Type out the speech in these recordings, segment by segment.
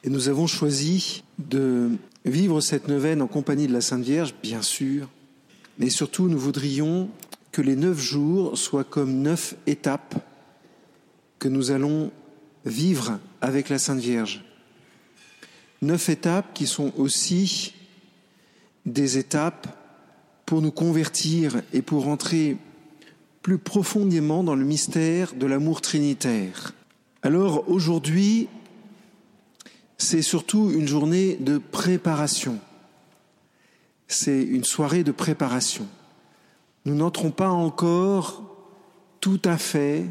Et nous avons choisi de vivre cette neuvaine en compagnie de la Sainte Vierge, bien sûr, mais surtout nous voudrions que les 9 jours soient comme 9 étapes que nous allons vivre avec la Sainte Vierge. 9 étapes qui sont aussi des étapes pour nous convertir et pour entrer plus profondément dans le mystère de l'amour trinitaire. Alors aujourd'hui, c'est surtout une journée de préparation. C'est une soirée de préparation. Nous n'entrons pas encore tout à fait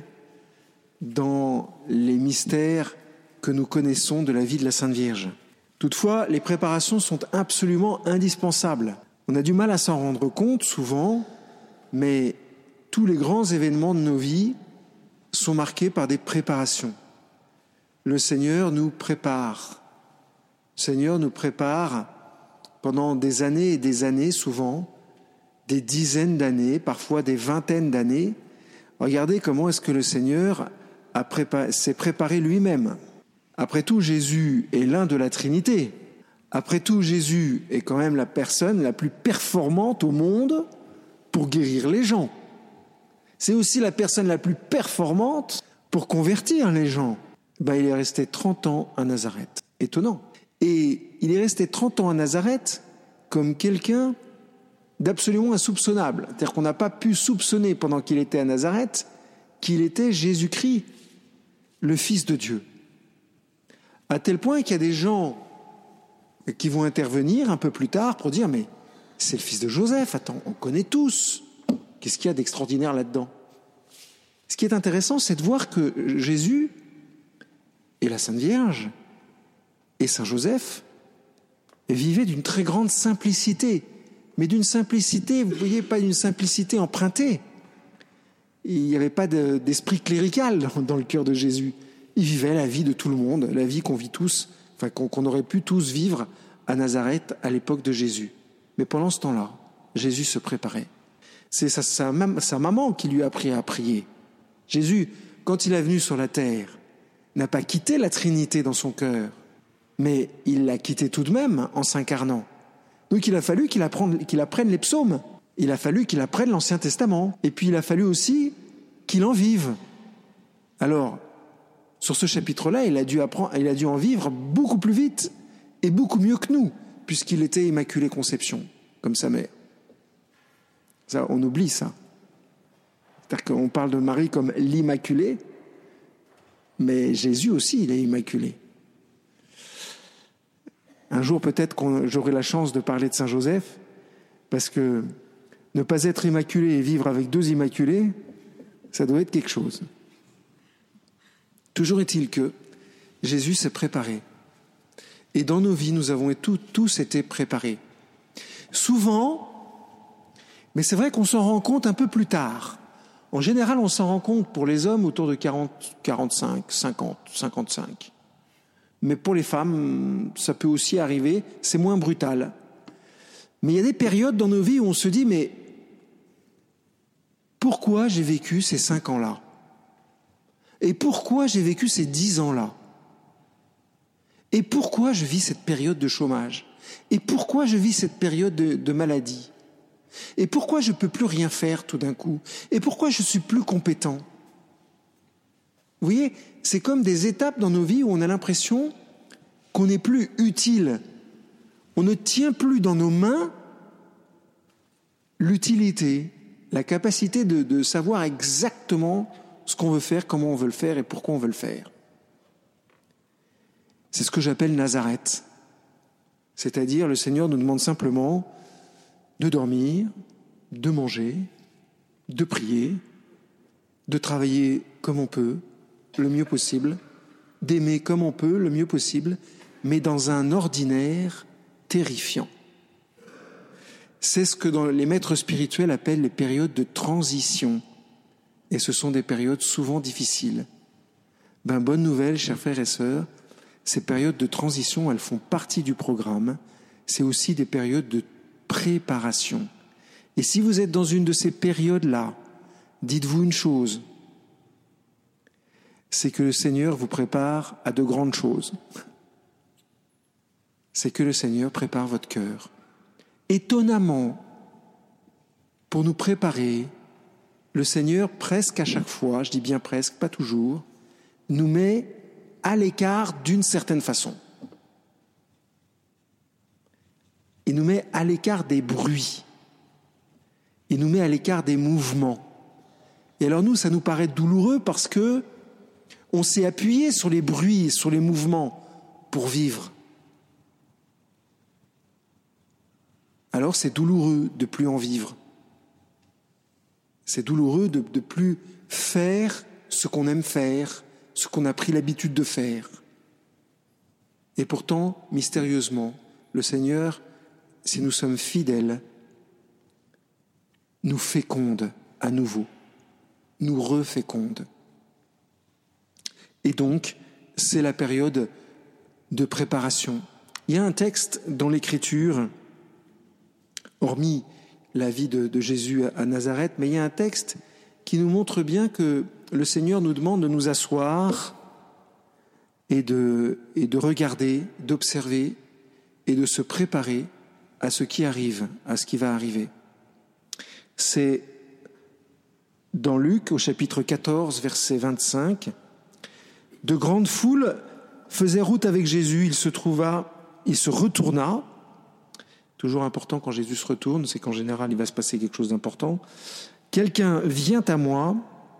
dans les mystères que nous connaissons de la vie de la Sainte Vierge. Toutefois, les préparations sont absolument indispensables. On a du mal à s'en rendre compte souvent, mais tous les grands événements de nos vies sont marqués par des préparations. Le Seigneur nous prépare. Le Seigneur nous prépare pendant des années et des années, souvent, des dizaines d'années, parfois des vingtaines d'années. Regardez comment est-ce que le Seigneur s'est préparé lui-même. Après tout, Jésus est l'un de la Trinité. Après tout, Jésus est quand même la personne la plus performante au monde pour guérir les gens. C'est aussi la personne la plus performante pour convertir les gens. Il est resté 30 ans à Nazareth. Étonnant. Et il est resté 30 ans à Nazareth comme quelqu'un d'absolument insoupçonnable. C'est-à-dire qu'on n'a pas pu soupçonner pendant qu'il était à Nazareth qu'il était Jésus-Christ, le Fils de Dieu. À tel point qu'il y a des gens qui vont intervenir un peu plus tard pour dire « mais c'est le fils de Joseph, attends, on connaît tous. Qu'est-ce qu'il y a d'extraordinaire là-dedans ?» Ce qui est intéressant, c'est de voir que Jésus et la Sainte Vierge et Saint Joseph vivaient d'une très grande simplicité. Mais d'une simplicité, vous voyez, pas d'une simplicité empruntée. Il n'y avait pas d'esprit clérical dans le cœur de Jésus. Il vivait la vie de tout le monde, la vie qu'on vit tous, enfin qu'on aurait pu tous vivre à Nazareth à l'époque de Jésus. Mais pendant ce temps-là, Jésus se préparait. C'est sa maman qui lui a appris à prier. Jésus, quand il est venu sur la terre, n'a pas quitté la Trinité dans son cœur, mais il l'a quitté tout de même en s'incarnant. Donc il a fallu qu'il apprenne les psaumes, il a fallu qu'il apprenne l'Ancien Testament, et puis il a fallu aussi qu'il en vive. Alors, sur ce chapitre-là, il a dû en vivre beaucoup plus vite et beaucoup mieux que nous, puisqu'il était Immaculée Conception, comme sa mère. Ça, on oublie ça. C'est-à-dire qu'on parle de Marie comme l'Immaculée, mais Jésus aussi, il est immaculé. Un jour, peut-être j'aurai la chance de parler de Saint Joseph, parce que ne pas être immaculé et vivre avec 2 immaculés, ça doit être quelque chose. Toujours est-il que Jésus s'est préparé. Et dans nos vies, nous avons tous été préparés. Souvent, mais c'est vrai qu'on s'en rend compte un peu plus tard. En général, on s'en rend compte pour les hommes autour de 40, 45, 50, 55. Mais pour les femmes, ça peut aussi arriver, c'est moins brutal. Mais il y a des périodes dans nos vies où on se dit, mais pourquoi j'ai vécu ces 5 ans-là ? Et pourquoi j'ai vécu ces 10 ans-là ? Et pourquoi je vis cette période de chômage ? Et pourquoi je vis cette période de maladie ? Et pourquoi je ne peux plus rien faire tout d'un coup ? Et pourquoi je suis plus compétent ? Vous voyez, c'est comme des étapes dans nos vies où on a l'impression qu'on n'est plus utile. On ne tient plus dans nos mains l'utilité, la capacité de savoir exactement ce qu'on veut faire, comment on veut le faire et pourquoi on veut le faire. C'est ce que j'appelle Nazareth. C'est-à-dire, le Seigneur nous demande simplement de dormir, de manger, de prier, de travailler comme on peut, le mieux possible, d'aimer comme on peut, le mieux possible, mais dans un ordinaire terrifiant. C'est ce que les maîtres spirituels appellent les périodes de transition. Et ce sont des périodes souvent difficiles. Bonne nouvelle, chers frères et sœurs, ces périodes de transition, elles font partie du programme. C'est aussi des périodes de préparation. Et si vous êtes dans une de ces périodes-là, dites-vous une chose, c'est que le Seigneur vous prépare à de grandes choses. c'est que le Seigneur prépare votre cœur. Étonnamment, pour nous préparer, le Seigneur, presque à chaque fois, je dis bien presque, pas toujours, nous met à l'écart d'une certaine façon. Il nous met à l'écart des bruits. Il nous met à l'écart des mouvements. Et alors nous, ça nous paraît douloureux parce que on s'est appuyé sur les bruits, sur les mouvements pour vivre. Alors c'est douloureux de plus en vivre. C'est douloureux de plus faire ce qu'on aime faire, ce qu'on a pris l'habitude de faire. Et pourtant, mystérieusement, le Seigneur, si nous sommes fidèles, nous féconde à nouveau, nous reféconde. Et donc, c'est la période de préparation. Il y a un texte dans l'Écriture, hormis la vie de Jésus à Nazareth, mais il y a un texte qui nous montre bien que le Seigneur nous demande de nous asseoir et de regarder, d'observer et de se préparer à ce qui arrive, à ce qui va arriver. C'est dans Luc, au chapitre 14, verset 25, « De grandes foules faisaient route avec Jésus, il se retourna. » Toujours important quand Jésus se retourne, c'est qu'en général, il va se passer quelque chose d'important. « Quelqu'un vient à moi,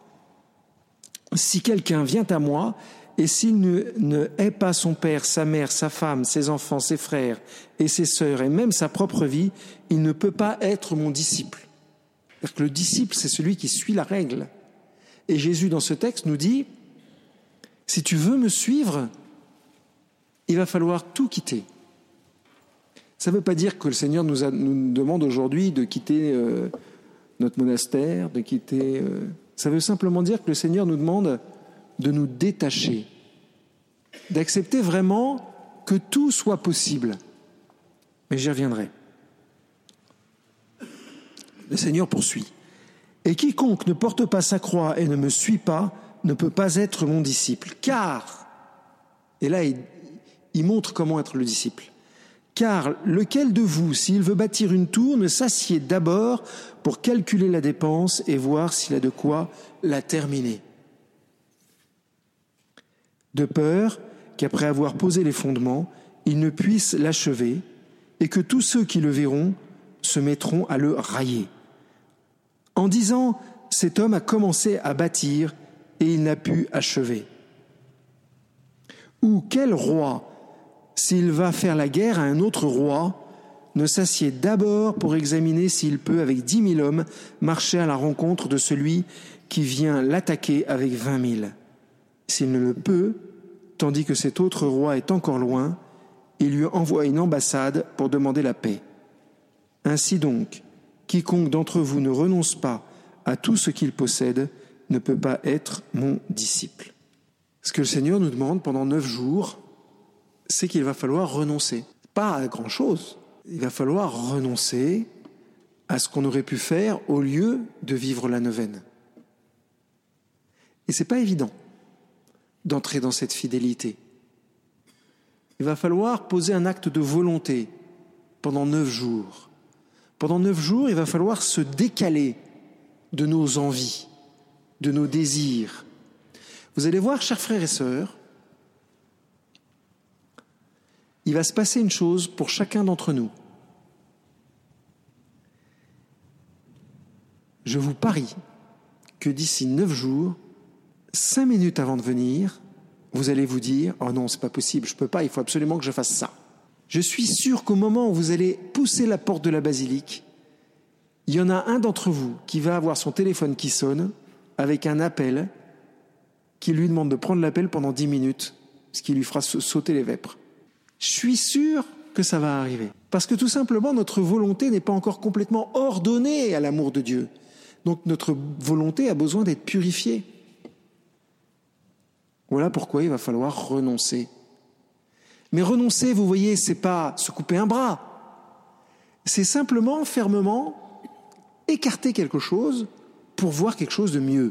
si quelqu'un vient à moi, et s'il ne hait pas son père, sa mère, sa femme, ses enfants, ses frères et ses sœurs, et même sa propre vie, il ne peut pas être mon disciple. » C'est-à-dire que le disciple, c'est celui qui suit la règle. Et Jésus, dans ce texte, nous dit, si tu veux me suivre, il va falloir tout quitter. Ça ne veut pas dire que le Seigneur nous demande aujourd'hui de quitter notre monastère, de quitter... Ça veut simplement dire que le Seigneur nous demande de nous détacher, d'accepter vraiment que tout soit possible. Mais j'y reviendrai. Le Seigneur poursuit. « Et quiconque ne porte pas sa croix et ne me suit pas ne peut pas être mon disciple. Car, et là il montre comment être le disciple, car lequel de vous, s'il veut bâtir une tour, ne s'assied d'abord pour calculer la dépense et voir s'il a de quoi la terminer. De peur qu'après avoir posé les fondements, il ne puisse l'achever et que tous ceux qui le verront se mettront à le railler. En disant, cet homme a commencé à bâtir et il n'a pu achever. Ou quel roi, s'il va faire la guerre à un autre roi, ne s'assied d'abord pour examiner s'il peut, avec 10 000 hommes, marcher à la rencontre de celui qui vient l'attaquer avec 20 000. S'il ne le peut, tandis que cet autre roi est encore loin, il lui envoie une ambassade pour demander la paix. Ainsi donc, quiconque d'entre vous ne renonce pas à tout ce qu'il possède ne peut pas être mon disciple. » Ce que le Seigneur nous demande pendant 9 jours, c'est qu'il va falloir renoncer. Pas à grand-chose. Il va falloir renoncer à ce qu'on aurait pu faire au lieu de vivre la neuvaine. Et c'est pas évident d'entrer dans cette fidélité. Il va falloir poser un acte de volonté pendant 9 jours. Pendant 9 jours, il va falloir se décaler de nos envies, de nos désirs. Vous allez voir, chers frères et sœurs, il va se passer une chose pour chacun d'entre nous. Je vous parie que d'ici 9 jours, 5 minutes avant de venir, vous allez vous dire « Oh non, c'est pas possible, je peux pas, il faut absolument que je fasse ça. » Je suis sûr qu'au moment où vous allez pousser la porte de la basilique, il y en a un d'entre vous qui va avoir son téléphone qui sonne avec un appel qui lui demande de prendre l'appel pendant 10 minutes, ce qui lui fera sauter les vêpres. Je suis sûr que ça va arriver. Parce que tout simplement, notre volonté n'est pas encore complètement ordonnée à l'amour de Dieu. Donc notre volonté a besoin d'être purifiée. Voilà pourquoi il va falloir renoncer. Mais renoncer, vous voyez, c'est pas se couper un bras. C'est simplement, fermement, écarter quelque chose pour voir quelque chose de mieux.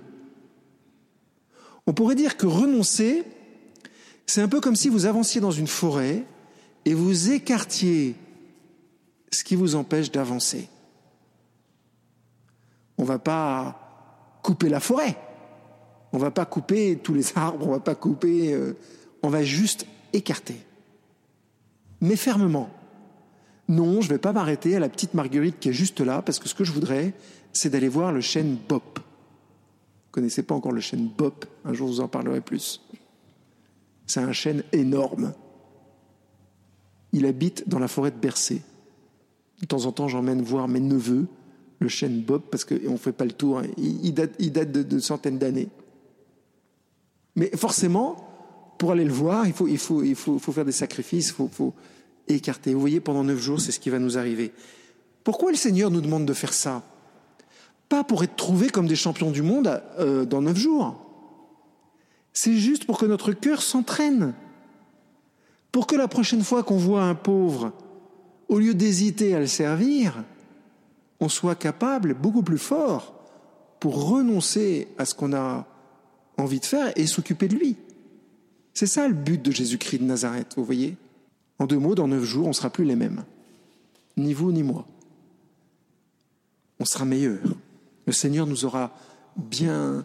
On pourrait dire que renoncer, c'est un peu comme si vous avanciez dans une forêt et vous écartiez ce qui vous empêche d'avancer. On ne va pas couper la forêt, on ne va pas couper tous les arbres, on ne va pas couper, on va juste écarter. Mais fermement. Non, je ne vais pas m'arrêter à la petite Marguerite qui est juste là, parce que ce que je voudrais, c'est d'aller voir le chêne Bop. Vous ne connaissez pas encore le chêne Bop, un jour je vous en parlerai plus. C'est un chêne énorme. Il habite dans la forêt de Bercé. De temps en temps, j'emmène voir mes neveux, le chêne Bop, parce qu'on ne fait pas le tour, hein. Il date de centaines d'années. Mais forcément, pour aller le voir, il faut faire des sacrifices, il faut écarter. Vous voyez, pendant 9 jours, c'est ce qui va nous arriver. Pourquoi le Seigneur nous demande de faire ça ? Pas pour être trouvés comme des champions du monde dans 9 jours. C'est juste pour que notre cœur s'entraîne. Pour que la prochaine fois qu'on voit un pauvre, au lieu d'hésiter à le servir, on soit capable, beaucoup plus fort, pour renoncer à ce qu'on a envie de faire et s'occuper de lui. C'est ça le but de Jésus-Christ de Nazareth, vous voyez ? En 2 mots, dans 9 jours, on ne sera plus les mêmes. Ni vous, ni moi. On sera meilleurs. Le Seigneur nous aura bien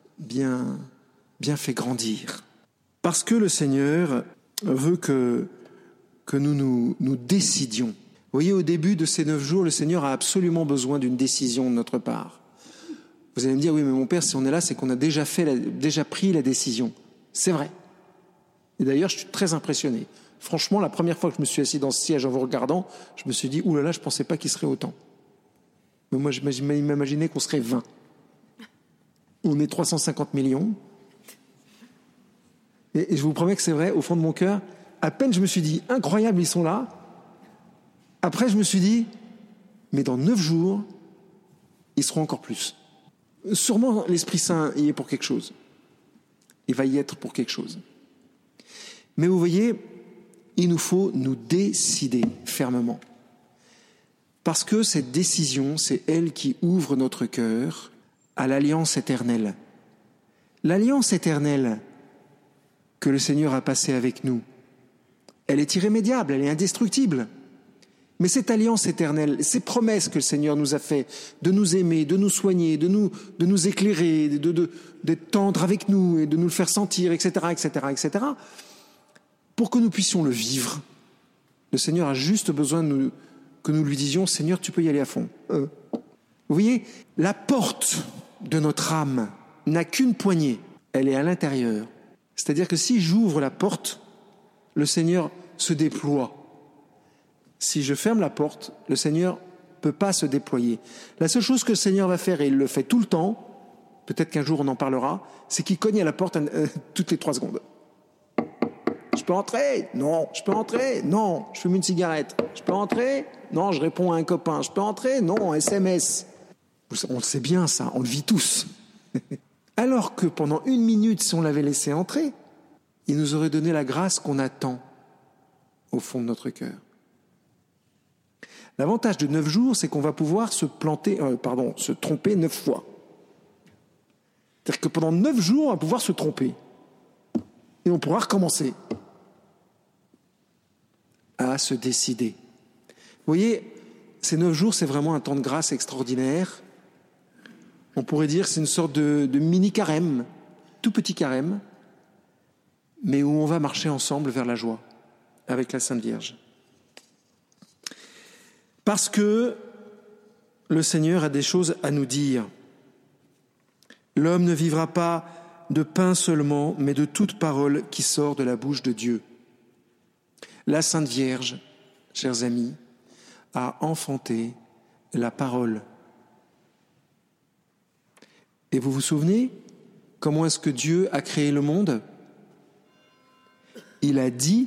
fait grandir. Parce que le Seigneur veut que nous décidions. Vous voyez, au début de ces 9 jours, le Seigneur a absolument besoin d'une décision de notre part. Vous allez me dire, oui, mais mon Père, si on est là, c'est qu'on a déjà pris la décision. C'est vrai. Et d'ailleurs, je suis très impressionné. Franchement, la première fois que je me suis assis dans ce siège en vous regardant, je me suis dit, ouh là là, je ne pensais pas qu'il serait autant. Mais moi, je m'imaginais qu'on serait 20. On est 350 millions. Et je vous promets que c'est vrai, au fond de mon cœur, à peine je me suis dit, incroyable, ils sont là. Après, je me suis dit, mais dans 9 jours, ils seront encore plus. Sûrement, l'Esprit Saint y est pour quelque chose. Il va y être pour quelque chose. Mais vous voyez, il nous faut nous décider fermement. Parce que cette décision, c'est elle qui ouvre notre cœur à l'alliance éternelle. L'alliance éternelle que le Seigneur a passée avec nous, elle est irrémédiable, elle est indestructible. Mais cette alliance éternelle, ces promesses que le Seigneur nous a fait, de nous aimer, de nous soigner, de nous éclairer, d'être tendre avec nous et de nous le faire sentir, etc., etc., pour que nous puissions le vivre, le Seigneur a juste besoin que nous lui disions, Seigneur, tu peux y aller à fond. Vous voyez, la porte de notre âme n'a qu'une poignée, elle est à l'intérieur. C'est-à-dire que si j'ouvre la porte, le Seigneur se déploie. Si je ferme la porte, le Seigneur ne peut pas se déployer. La seule chose que le Seigneur va faire, et il le fait tout le temps, peut-être qu'un jour on en parlera, c'est qu'il cogne à la porte toutes les 3 secondes. Je peux entrer ? Non. Je peux entrer ? Non. Je fume une cigarette. Je peux entrer ? Non, je réponds à un copain. Je peux entrer ? Non, SMS. On le sait bien ça, on le vit tous. Alors que pendant 1 minute, si on l'avait laissé entrer, il nous aurait donné la grâce qu'on attend au fond de notre cœur. L'avantage de 9 jours, c'est qu'on va pouvoir se tromper 9 fois. C'est-à-dire que pendant 9 jours, on va pouvoir se tromper. Et on pourra recommencer à se décider. Vous voyez, ces 9 jours, c'est vraiment un temps de grâce extraordinaire. On pourrait dire que c'est une sorte de mini-carême, tout petit carême, mais où on va marcher ensemble vers la joie, avec la Sainte Vierge. Parce que le Seigneur a des choses à nous dire. L'homme ne vivra pas de pain seulement, mais de toute parole qui sort de la bouche de Dieu. La Sainte Vierge, chers amis, a enfanté la parole. Et vous vous souvenez comment est-ce que Dieu a créé le monde ? Il a dit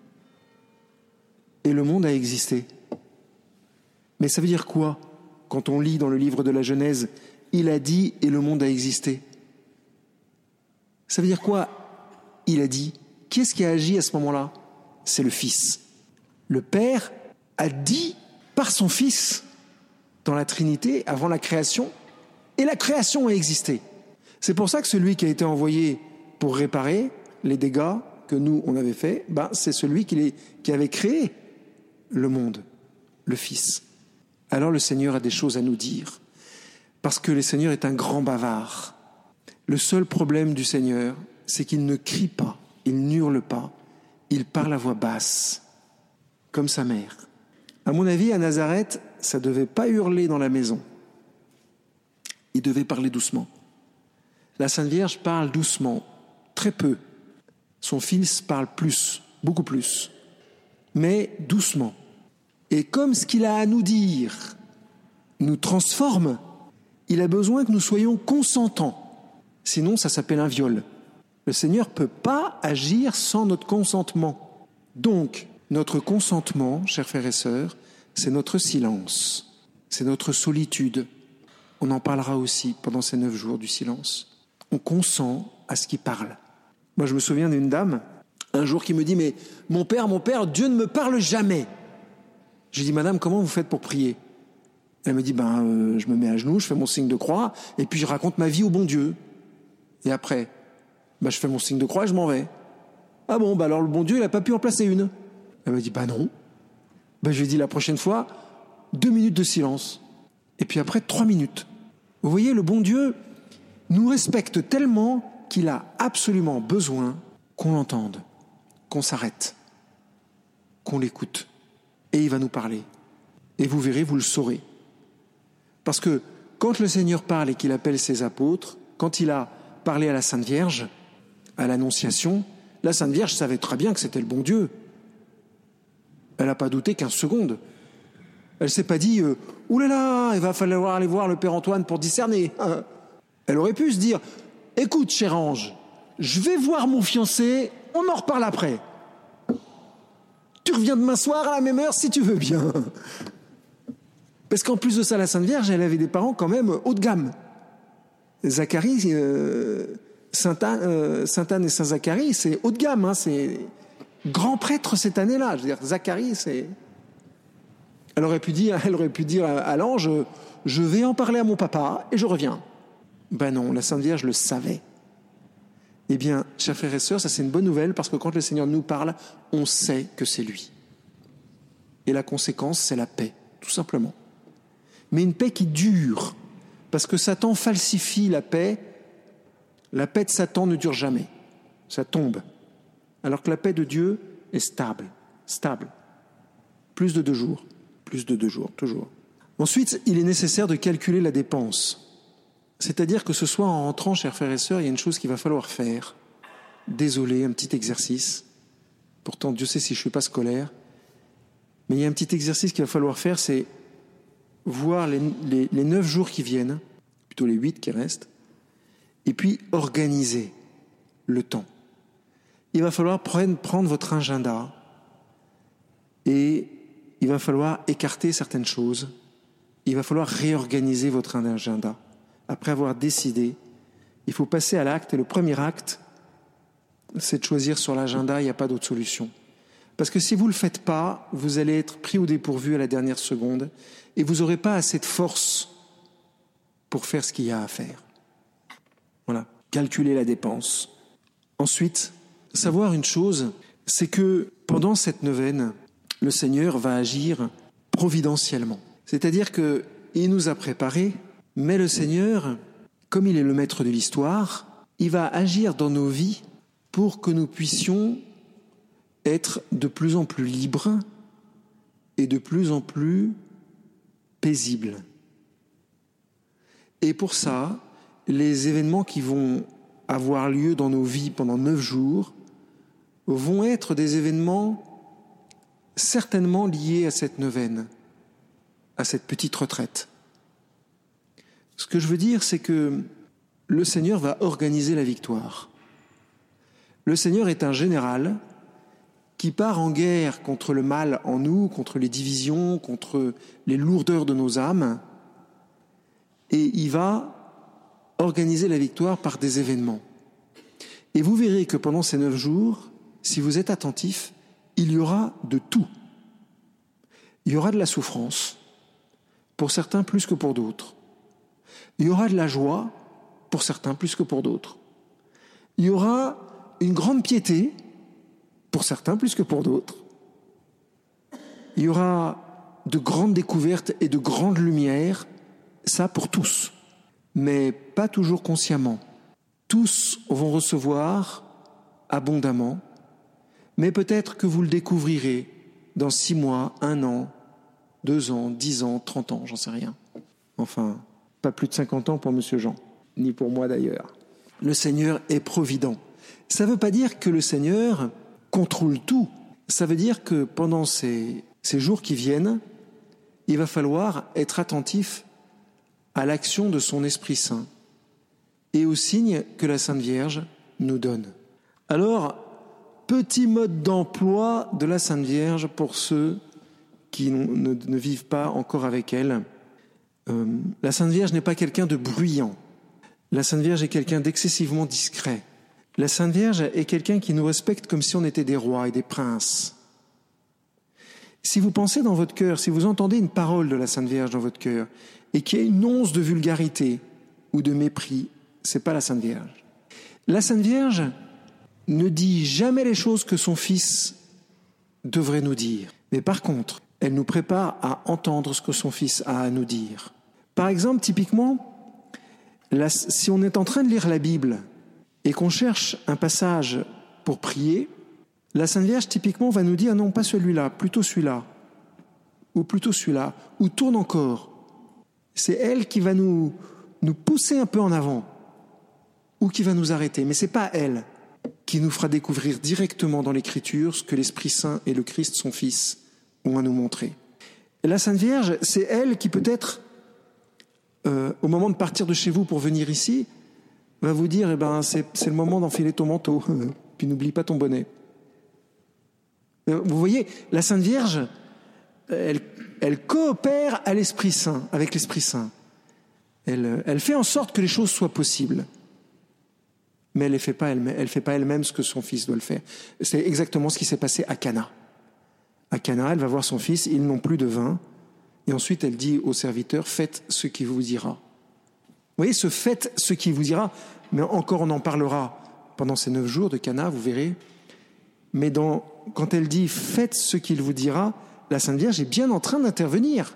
et le monde a existé. Mais ça veut dire quoi ? Quand on lit dans le livre de la Genèse, il a dit et le monde a existé. Ça veut dire quoi ? Il a dit. Qui est-ce qui a agi à ce moment-là ? C'est le Fils. Le Père a dit par son Fils dans la Trinité avant la création, et la création a existé. C'est pour ça que celui qui a été envoyé pour réparer les dégâts, que nous, on avait fait, c'est celui qui avait créé le monde, le Fils. Alors le Seigneur a des choses à nous dire, parce que le Seigneur est un grand bavard. Le seul problème du Seigneur, c'est qu'il ne crie pas, il n'hurle pas, il parle à voix basse, comme sa mère. À mon avis, à Nazareth, ça ne devait pas hurler dans la maison. Il devait parler doucement. La Sainte Vierge parle doucement, très peu. Son fils parle plus, beaucoup plus, mais doucement. Et comme ce qu'il a à nous dire nous transforme, il a besoin que nous soyons consentants. Sinon, ça s'appelle un viol. Le Seigneur ne peut pas agir sans notre consentement. Donc, notre consentement, chers frères et sœurs, c'est notre silence, c'est notre solitude. On en parlera aussi pendant ces 9 jours du silence. On consent à ce qu'il parle. Moi, je me souviens d'une dame, un jour, qui me dit « Mais mon père, Dieu ne me parle jamais !» J'ai dit « Madame, comment vous faites pour prier ?» Elle me dit « Je me mets à genoux, je fais mon signe de croix, et puis je raconte ma vie au bon Dieu. Et après, je fais mon signe de croix et je m'en vais. » Ah bon, alors le bon Dieu, il n'a pas pu en placer une. Elle me dit « Non. » Je lui ai dit la prochaine fois, 2 minutes de silence. Et puis après, 3 minutes. Vous voyez, le bon Dieu nous respecte tellement qu'il a absolument besoin qu'on l'entende, qu'on s'arrête, qu'on l'écoute. Et il va nous parler. Et vous verrez, vous le saurez. Parce que quand le Seigneur parle et qu'il appelle ses apôtres, quand il a parlé à la Sainte Vierge, à l'Annonciation, la Sainte Vierge savait très bien que c'était le bon Dieu. Elle n'a pas douté 15 secondes. Elle ne s'est pas dit « Ouh là là, il va falloir aller voir le Père Antoine pour discerner. » Elle aurait pu se dire « Écoute, cher ange, je vais voir mon fiancé, on en reparle après. Tu reviens demain soir à la même heure si tu veux bien. » Parce qu'en plus de ça, la Sainte Vierge, elle avait des parents quand même haut de gamme. Zacharie, Sainte Anne et Saint Zacharie, c'est haut de gamme, c'est grand prêtre cette année-là. Je veux dire, Zacharie, c'est... Elle aurait pu dire à l'ange, je vais en parler à mon papa et je reviens. Non, la Sainte Vierge le savait. Eh bien, chers frères et sœurs, ça c'est une bonne nouvelle parce que quand le Seigneur nous parle, on sait que c'est lui. Et la conséquence, c'est la paix, tout simplement. Mais une paix qui dure, parce que Satan falsifie la paix. La paix de Satan ne dure jamais, ça tombe. Alors que la paix de Dieu est stable. Plus de 2 jours, toujours. Ensuite, il est nécessaire de calculer la dépense. C'est-à-dire que ce soir, en rentrant, chers frères et sœurs, il y a une chose qu'il va falloir faire. Désolé, un petit exercice. Pourtant, Dieu sait si je ne suis pas scolaire. Mais il y a un petit exercice qu'il va falloir faire, c'est voir les 9 jours qui viennent, plutôt les 8 qui restent, et puis organiser le temps. Il va falloir prendre votre agenda et il va falloir écarter certaines choses. Il va falloir réorganiser votre agenda. Après avoir décidé, il faut passer à l'acte. Et le premier acte, c'est de choisir sur l'agenda, il n'y a pas d'autre solution. Parce que si vous ne le faites pas, vous allez être pris au dépourvu à la dernière seconde et vous n'aurez pas assez de force pour faire ce qu'il y a à faire. Voilà, calculer la dépense. Ensuite, savoir une chose, c'est que pendant cette neuvaine, le Seigneur va agir providentiellement. C'est-à-dire qu'il nous a préparés, mais le Seigneur, comme il est le maître de l'histoire, il va agir dans nos vies pour que nous puissions être de plus en plus libres et de plus en plus paisibles. Et pour ça, les événements qui vont avoir lieu dans nos vies pendant 9 jours vont être des événements certainement liés à cette neuvaine, à cette petite retraite. Ce que je veux dire, c'est que le Seigneur va organiser la victoire. Le Seigneur est un général qui part en guerre contre le mal en nous, contre les divisions, contre les lourdeurs de nos âmes, et il va organiser la victoire par des événements. Et vous verrez que pendant ces 9 jours, si vous êtes attentifs, il y aura de tout. Il y aura de la souffrance, pour certains plus que pour d'autres. Il y aura de la joie, pour certains plus que pour d'autres. Il y aura une grande piété, pour certains plus que pour d'autres. Il y aura de grandes découvertes et de grandes lumières, ça pour tous, mais pas toujours consciemment. Tous vont recevoir abondamment, mais peut-être que vous le découvrirez dans 6 mois, 1 an, 2 ans, 10 ans, 30 ans, j'en sais rien. Enfin, pas plus de 50 ans pour Monsieur Jean, ni pour moi d'ailleurs. Le Seigneur est provident. Ça ne veut pas dire que le Seigneur contrôle tout. Ça veut dire que pendant ces jours qui viennent, il va falloir être attentif à l'action de son Esprit Saint et aux signes que la Sainte Vierge nous donne. Alors, petit mode d'emploi de la Sainte Vierge pour ceux qui ne vivent pas encore avec elle. La Sainte Vierge n'est pas quelqu'un de bruyant. La Sainte Vierge est quelqu'un d'excessivement discret. La Sainte Vierge est quelqu'un qui nous respecte comme si on était des rois et des princes. Si vous pensez dans votre cœur, si vous entendez une parole de la Sainte Vierge dans votre cœur et qu'il y a une once de vulgarité ou de mépris, c'est pas la Sainte Vierge. La Sainte Vierge ne dit jamais les choses que son Fils devrait nous dire. Mais par contre, elle nous prépare à entendre ce que son Fils a à nous dire. Par exemple, typiquement, si on est en train de lire la Bible et qu'on cherche un passage pour prier, la Sainte Vierge, typiquement, va nous dire « non, pas celui-là, plutôt celui-là, ou plutôt celui-là, ou tourne encore ». C'est elle qui va nous pousser un peu en avant, ou qui va nous arrêter. Mais ce n'est pas elle qui nous fera découvrir directement dans l'Écriture ce que l'Esprit Saint et le Christ, son Fils, ont à nous montrer. Et la Sainte Vierge, c'est elle qui peut-être, au moment de partir de chez vous pour venir ici, va vous dire c'est le moment d'enfiler ton manteau, puis n'oublie pas ton bonnet. Vous voyez, la Sainte Vierge, elle coopère à l'Esprit Saint, avec l'Esprit Saint. Elle fait en sorte que les choses soient possibles. Mais elle ne fait pas elle-même ce que son Fils doit le faire. C'est exactement ce qui s'est passé à Cana. À Cana, elle va voir son Fils, ils n'ont plus de vin. Et ensuite, elle dit au serviteur, faites ce qu'il vous dira. Vous voyez, ce faites ce qu'il vous dira, mais encore on en parlera pendant ces 9 jours de Cana, vous verrez. Mais quand elle dit faites ce qu'il vous dira, la Sainte Vierge est bien en train d'intervenir.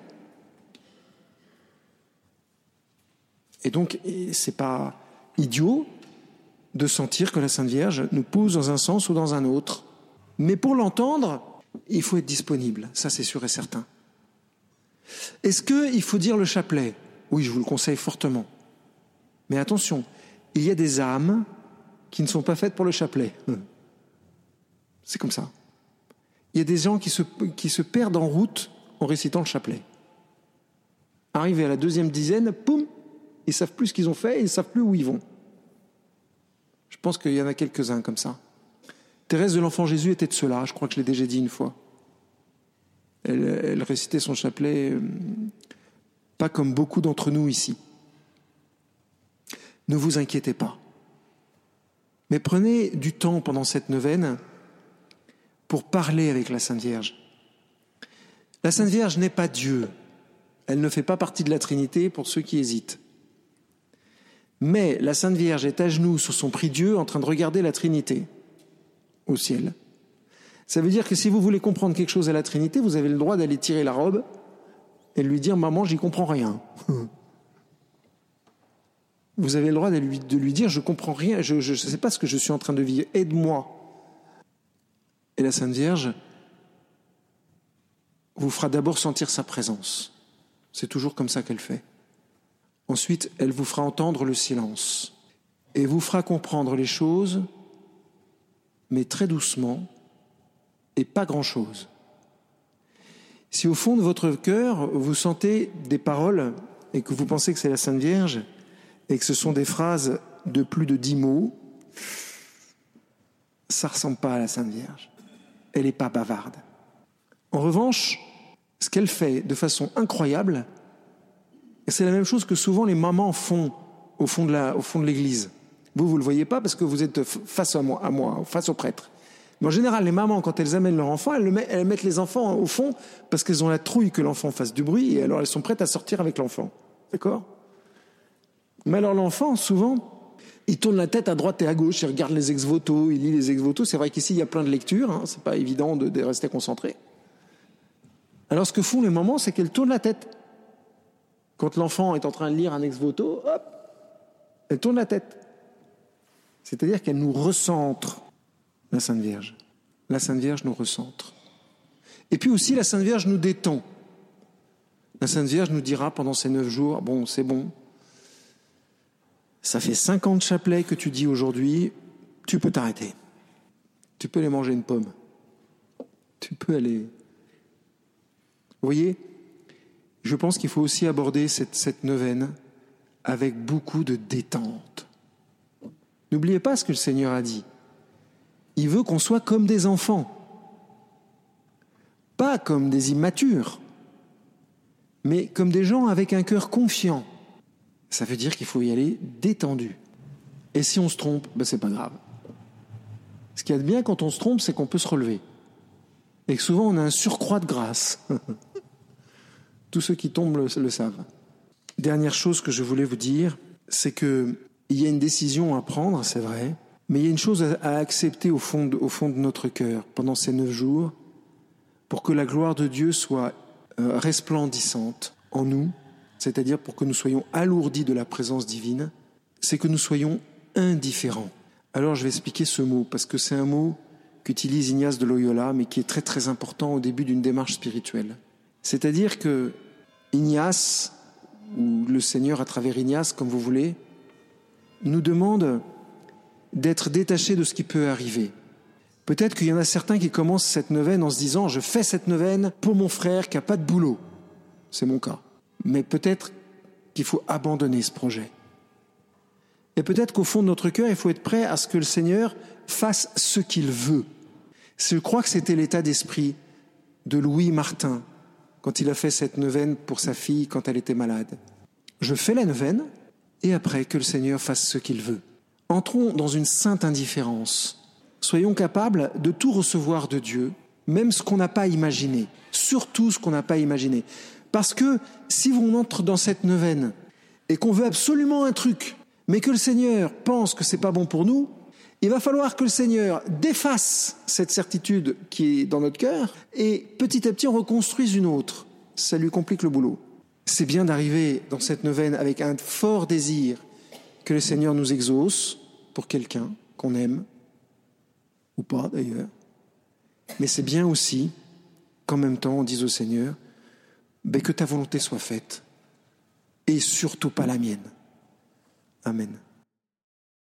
Et donc, c'est pas idiot de sentir que la Sainte Vierge nous pousse dans un sens ou dans un autre. Mais pour l'entendre, il faut être disponible, ça c'est sûr et certain. Est-ce qu'il faut dire le chapelet ? Oui, je vous le conseille fortement. Mais attention, il y a des âmes qui ne sont pas faites pour le chapelet. C'est comme ça. Il y a des gens qui se perdent en route en récitant le chapelet. Arrivés à la 2e dizaine, poum, ils ne savent plus ce qu'ils ont fait et ils ne savent plus où ils vont. Je pense qu'il y en a quelques-uns comme ça. Thérèse de l'Enfant Jésus était de ceux-là, je crois que je l'ai déjà dit une fois. Elle récitait son chapelet, pas comme beaucoup d'entre nous ici. Ne vous inquiétez pas. Mais prenez du temps pendant cette neuvaine pour parler avec la Sainte Vierge. La Sainte Vierge n'est pas Dieu. Elle ne fait pas partie de la Trinité pour ceux qui hésitent. Mais la Sainte Vierge est à genoux sur son prie-Dieu en train de regarder la Trinité au ciel. Ça veut dire que si vous voulez comprendre quelque chose à la Trinité, vous avez le droit d'aller tirer la robe et lui dire « Maman, j'y comprends rien ». Vous avez le droit de lui dire « Je comprends rien, je ne sais pas ce que je suis en train de vivre, aide-moi ». Et la Sainte Vierge vous fera d'abord sentir sa présence. C'est toujours comme ça qu'elle fait. Ensuite, elle vous fera entendre le silence et vous fera comprendre les choses, mais très doucement et pas grand-chose. Si au fond de votre cœur, vous sentez des paroles et que vous pensez que c'est la Sainte Vierge et que ce sont des phrases de plus de 10 mots, ça ne ressemble pas à la Sainte Vierge. Elle n'est pas bavarde. En revanche, ce qu'elle fait de façon incroyable, c'est la même chose que souvent les mamans font au fond de l'église. Vous ne le voyez pas parce que vous êtes face à moi, face au prêtre. Mais en général, les mamans, quand elles amènent leur enfant, elles mettent les enfants au fond parce qu'elles ont la trouille que l'enfant fasse du bruit et alors elles sont prêtes à sortir avec l'enfant. D'accord ? Mais alors l'enfant, souvent, Il tourne la tête à droite et à gauche, il regarde les ex-voto, il lit les ex-voto. C'est vrai qu'ici, il y a plein de lectures, hein, c'est pas évident de rester concentré. Alors, ce que font les mamans, c'est qu'elles tournent la tête. Quand l'enfant est en train de lire un ex-voto, hop, elle tourne la tête. C'est-à-dire qu'elle nous recentre, la Sainte Vierge. La Sainte Vierge nous recentre. Et puis aussi, la Sainte Vierge nous détend. La Sainte Vierge nous dira pendant ces 9 jours, bon, c'est bon. Ça fait 50 chapelets que tu dis aujourd'hui, tu peux t'arrêter. Tu peux aller manger une pomme. Tu peux aller... Vous voyez, je pense qu'il faut aussi aborder cette neuvaine avec beaucoup de détente. N'oubliez pas ce que le Seigneur a dit. Il veut qu'on soit comme des enfants. Pas comme des immatures, mais comme des gens avec un cœur confiant. Ça veut dire qu'il faut y aller détendu. Et si on se trompe, c'est pas grave. Ce qu'il y a de bien quand on se trompe, c'est qu'on peut se relever. Et que souvent, on a un surcroît de grâce. Tous ceux qui tombent le savent. Dernière chose que je voulais vous dire, c'est qu'il y a une décision à prendre, c'est vrai, mais il y a une chose à accepter au fond de notre cœur pendant ces 9 jours pour que la gloire de Dieu soit resplendissante en nous, c'est-à-dire pour que nous soyons alourdis de la présence divine, c'est que nous soyons indifférents. Alors je vais expliquer ce mot, parce que c'est un mot qu'utilise Ignace de Loyola, mais qui est très très important au début d'une démarche spirituelle. C'est-à-dire que Ignace, ou le Seigneur à travers Ignace, comme vous voulez, nous demande d'être détachés de ce qui peut arriver. Peut-être qu'il y en a certains qui commencent cette neuvaine en se disant « Je fais cette neuvaine pour mon frère qui n'a pas de boulot ». C'est mon cas. Mais peut-être qu'il faut abandonner ce projet. Et peut-être qu'au fond de notre cœur, il faut être prêt à ce que le Seigneur fasse ce qu'il veut. Je crois que c'était l'état d'esprit de Louis Martin quand il a fait cette neuvaine pour sa fille quand elle était malade. Je fais la neuvaine et après que le Seigneur fasse ce qu'il veut. Entrons dans une sainte indifférence. Soyons capables de tout recevoir de Dieu, même ce qu'on n'a pas imaginé, surtout ce qu'on n'a pas imaginé. Parce que si on entre dans cette neuvaine et qu'on veut absolument un truc, mais que le Seigneur pense que c'est pas bon pour nous, il va falloir que le Seigneur défasse cette certitude qui est dans notre cœur et petit à petit on reconstruise une autre. Ça lui complique le boulot. C'est bien d'arriver dans cette neuvaine avec un fort désir que le Seigneur nous exauce pour quelqu'un qu'on aime, ou pas d'ailleurs. Mais c'est bien aussi qu'en même temps on dise au Seigneur que ta volonté soit faite et surtout pas la mienne. Amen.